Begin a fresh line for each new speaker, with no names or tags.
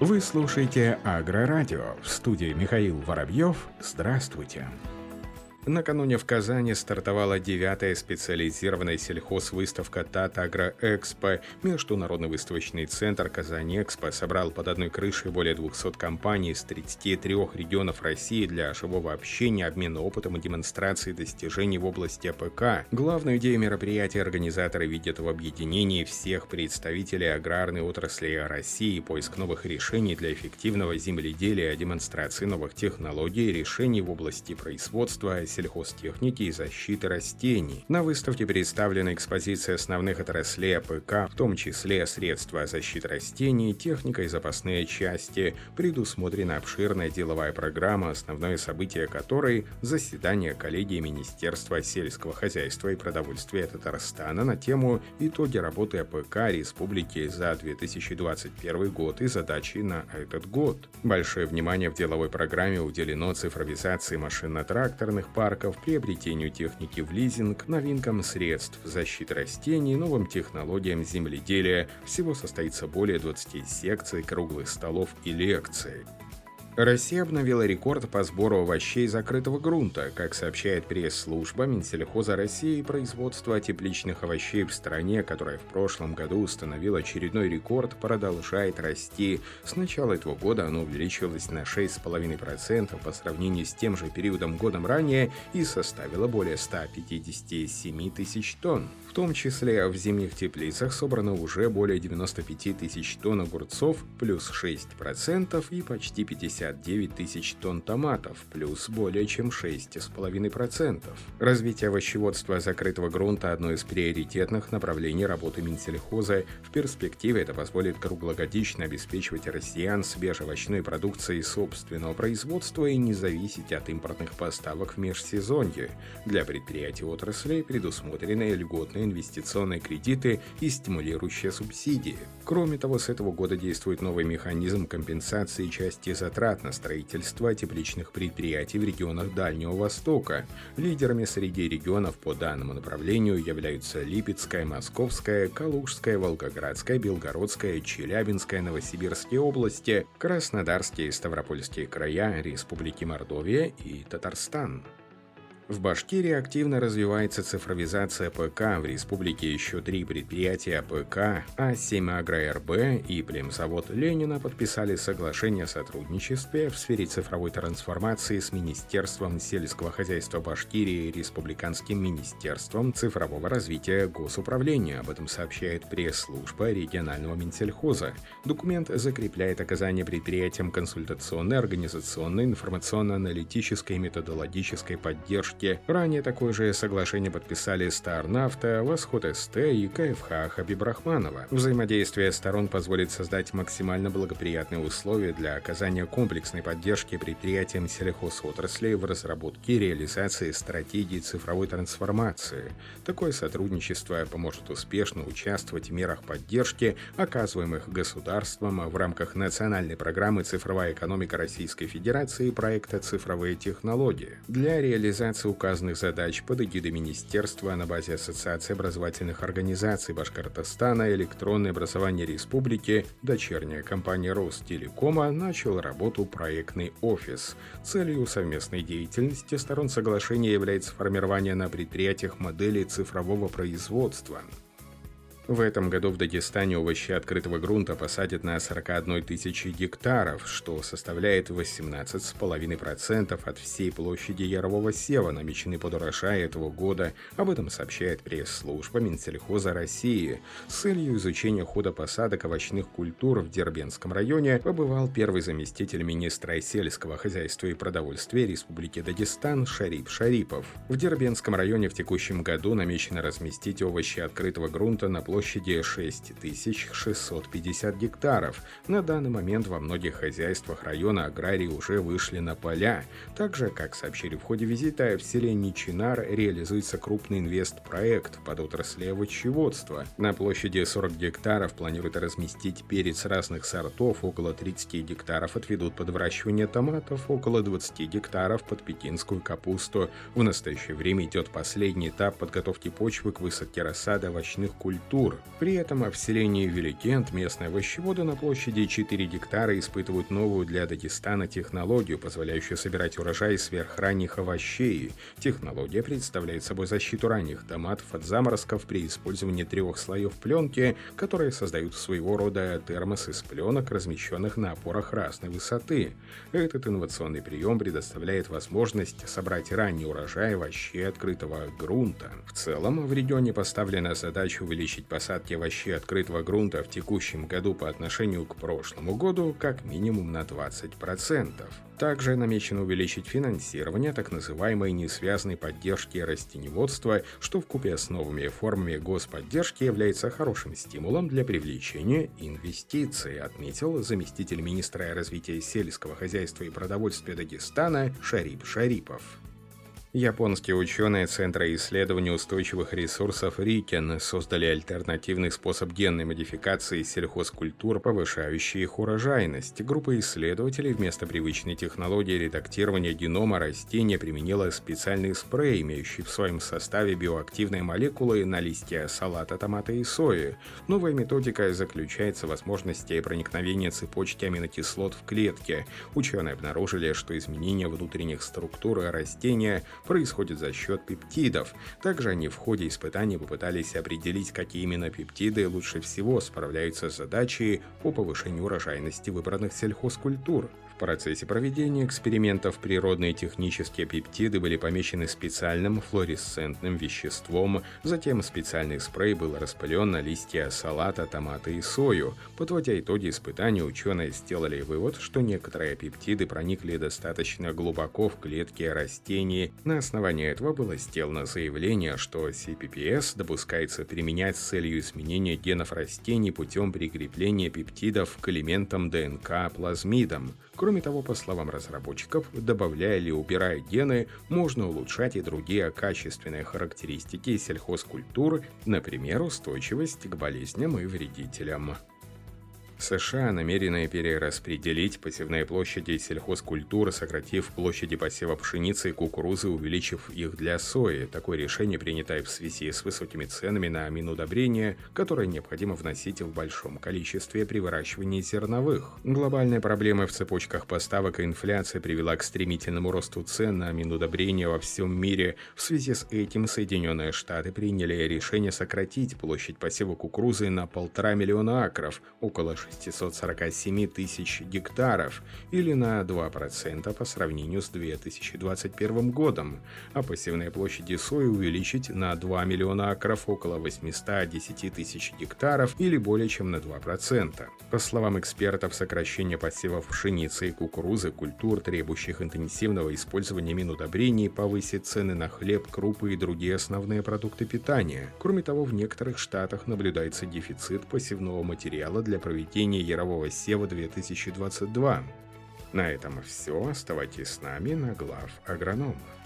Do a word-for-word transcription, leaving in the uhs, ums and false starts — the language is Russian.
Вы слушаете Агрорадио. В студии Михаил Воробьев. Здравствуйте. Накануне в Казани стартовала девятая специализированная сельхозвыставка Татагроэкспо. Международный выставочный центр Казань-Экспо собрал под одной крышей более двухсот компаний из тридцати трёх регионов России для живого общения, обмена опытом и демонстрации достижений в области АПК. Главную идею мероприятия организаторы видят в объединении всех представителей аграрной отрасли России, поиск новых решений для эффективного земледелия, демонстрации новых технологий и решений в области производства, сельхозтехники и защиты растений. На выставке представлена экспозиция основных отраслей АПК, в том числе средства защиты растений, техника и запасные части. Предусмотрена обширная деловая программа, основное событие которой – заседание коллегии Министерства сельского хозяйства и продовольствия Татарстана на тему «Итоги работы АПК Республики за две тысячи двадцать первый год и задачи на этот год». Большое внимание в деловой программе уделено цифровизации машинно-тракторных парков, приобретению техники в лизинг, новинкам средств защиты растений, новым технологиям земледелия. Всего состоится более двадцати секций, круглых столов и лекций. Россия обновила рекорд по сбору овощей закрытого грунта. Как сообщает пресс-служба Минсельхоза России, производство тепличных овощей в стране, которое в прошлом году установило очередной рекорд, продолжает расти. С начала этого года оно увеличилось на шесть целых пять десятых процента по сравнению с тем же периодом годом ранее и составило более ста пятидесяти семи тысяч тонн. В том числе в зимних теплицах собрано уже более девяноста пяти тысяч тонн огурцов, плюс шесть процентов, и почти пятьдесят девять тысяч тонн томатов, плюс более чем шесть целых пять десятых процента. Развитие овощеводства закрытого грунта – одно из приоритетных направлений работы Минсельхоза. В перспективе это позволит круглогодично обеспечивать россиян свежей овощной продукцией собственного производства и не зависеть от импортных поставок в межсезонье. Для предприятий отрасли предусмотрены льготные инвестиционные кредиты и стимулирующие субсидии. Кроме того, с этого года действует новый механизм компенсации части затрат на строительство тепличных предприятий в регионах Дальнего Востока. Лидерами среди регионов по данному направлению являются Липецкая, Московская, Калужская, Волгоградская, Белгородская, Челябинская, Новосибирские области, Краснодарские и Ставропольские края, Республики Мордовия и Татарстан. В Башкирии активно развивается цифровизация АПК. В республике еще три предприятия АПК, А семь Агро-РБ и Племзавод Ленина подписали соглашение о сотрудничестве в сфере цифровой трансформации с Министерством сельского хозяйства Башкирии и Республиканским министерством цифрового развития госуправления. Об этом сообщает пресс-служба регионального Минсельхоза. Документ закрепляет оказание предприятиям консультационной, организационной, информационно-аналитической и методологической поддержки. Ранее такое же соглашение подписали Старнафта, Восход-СТ и КФХ Хабиб-Рахманова. Взаимодействие сторон позволит создать максимально благоприятные условия для оказания комплексной поддержки предприятиям сельхозотрасли в разработке и реализации стратегии цифровой трансформации. Такое сотрудничество поможет успешно участвовать в мерах поддержки, оказываемых государством в рамках национальной программы «Цифровая экономика Российской Федерации» и проекта «Цифровые технологии». Для реализации указанных задач под эгидой Министерства на базе Ассоциации образовательных организаций Башкортостана «Электронное образование республики» дочерняя компания Ростелекома начал работу проектный офис. Целью совместной деятельности сторон соглашения является формирование на предприятиях модели цифрового производства. В этом году в Дагестане овощи открытого грунта посадят на сорок одну тысячу гектаров, что составляет восемнадцать целых пять десятых процента от всей площади ярового сева, намеченной под урожай этого года. Об этом сообщает пресс-служба Минсельхоза России. С целью изучения хода посадок овощных культур в Дербентском районе побывал первый заместитель министра сельского хозяйства и продовольствия Республики Дагестан Шарип Шарипов. В Дербентском районе в текущем году намечено разместить овощи открытого грунта на площади шесть тысяч шестьсот пятьдесят гектаров. На данный момент во многих хозяйствах района аграрии уже вышли на поля. Также, как сообщили в ходе визита, в селе Ничинар реализуется крупный инвестпроект под отрасли овощеводства. На площади сорок гектаров планируют разместить перец разных сортов, около тридцати гектаров отведут под выращивание томатов, около двадцати гектаров под пекинскую капусту. В настоящее время идет последний этап подготовки почвы к высадке рассады овощных культур. культур. При этом в селении Великент местные овощеводы на площади четыре гектара испытывают новую для Дагестана технологию, позволяющую собирать урожай сверхранних овощей. Технология представляет собой защиту ранних томатов от заморозков при использовании трех слоев пленки, которые создают своего рода термос из пленок, размещенных на опорах разной высоты. Этот инновационный прием предоставляет возможность собрать ранний урожай овощей открытого грунта. В целом, в регионе поставлена задача увеличить посадки овощей открытого грунта в текущем году по отношению к прошлому году как минимум на двадцать процентов. Также намечено увеличить финансирование так называемой несвязанной поддержки растениеводства, что вкупе с новыми формами господдержки является хорошим стимулом для привлечения инвестиций, отметил заместитель министра развития сельского хозяйства и продовольствия Дагестана Шарип Шарипов. Японские ученые Центра исследования устойчивых ресурсов Рикен создали альтернативный способ генной модификации сельхозкультур, повышающий их урожайность. Группа исследователей вместо привычной технологии редактирования генома растения применила специальный спрей, имеющий в своем составе биоактивные молекулы на листья салата, томата и сои. Новая методика заключается в возможности проникновения цепочки аминокислот в клетке. Ученые обнаружили, что изменения внутренних структур растения происходит за счет пептидов. Также они в ходе испытаний попытались определить, какие именно пептиды лучше всего справляются с задачей по повышению урожайности выбранных сельхозкультур. В процессе проведения экспериментов природные технические пептиды были помечены специальным флуоресцентным веществом, затем специальный спрей был распылен на листья салата, томата и сою. Подводя итоги испытаний, ученые сделали вывод, что некоторые пептиды проникли достаточно глубоко в клетки растений. На основании этого было сделано заявление, что си пи пи эс допускается применять с целью изменения генов растений путем прикрепления пептидов к элементам ДНК плазмидам. Кроме того, по словам разработчиков, добавляя или убирая гены, можно улучшать и другие качественные характеристики сельхозкультур, например, устойчивость к болезням и вредителям. США намерены перераспределить посевные площади сельхозкультур, сократив площади посева пшеницы и кукурузы, увеличив их для сои. Такое решение принято в связи с высокими ценами на аминудобрения, которые необходимо вносить в большом количестве при выращивании зерновых. Глобальные проблемы в цепочках поставок и инфляция привела к стремительному росту цен на аминудобрения во всем мире. В связи с этим Соединенные Штаты приняли решение сократить площадь посева кукурузы на полтора миллиона акров, около шестьсот сорок семь тысяч гектаров, или на два процента по сравнению с две тысячи двадцать первым годом, а посевные площади сои увеличить на два миллиона акров, около восемьсот десять тысяч гектаров, или более чем на два процента. По словам экспертов, сокращение посевов пшеницы и кукурузы, культур, требующих интенсивного использования минудобрений, повысит цены на хлеб, крупы и другие основные продукты питания. Кроме того, в некоторых штатах наблюдается дефицит посевного материала для проведения ярового сева две тысячи двадцать два. На этом все. Оставайтесь с нами на глав агронома.